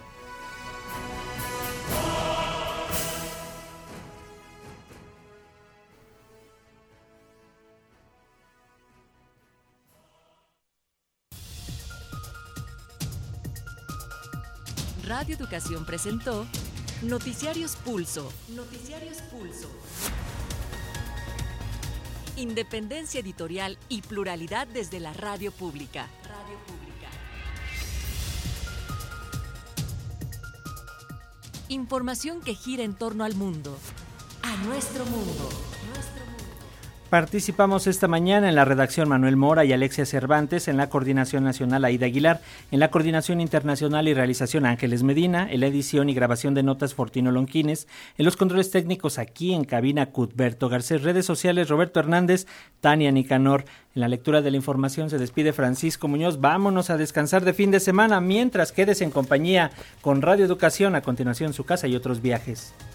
Radio Educación presentó Noticiarios Pulso. Noticiarios Pulso. Independencia editorial y pluralidad desde la radio pública. Radio pública. Información que gira en torno al mundo. A nuestro mundo. Nuestro mundo. Participamos esta mañana en la redacción Manuel Mora y Alexia Cervantes, en la coordinación nacional Aida Aguilar, en la coordinación internacional y realización Ángeles Medina, en la edición y grabación de notas Fortino Lonquines, en los controles técnicos aquí en cabina Cuthberto Garcés, redes sociales Roberto Hernández, Tania Nicanor. En la lectura de la información se despide Francisco Muñoz. Vámonos a descansar de fin de semana, mientras quedes en compañía con Radio Educación, a continuación Su Casa y Otros Viajes.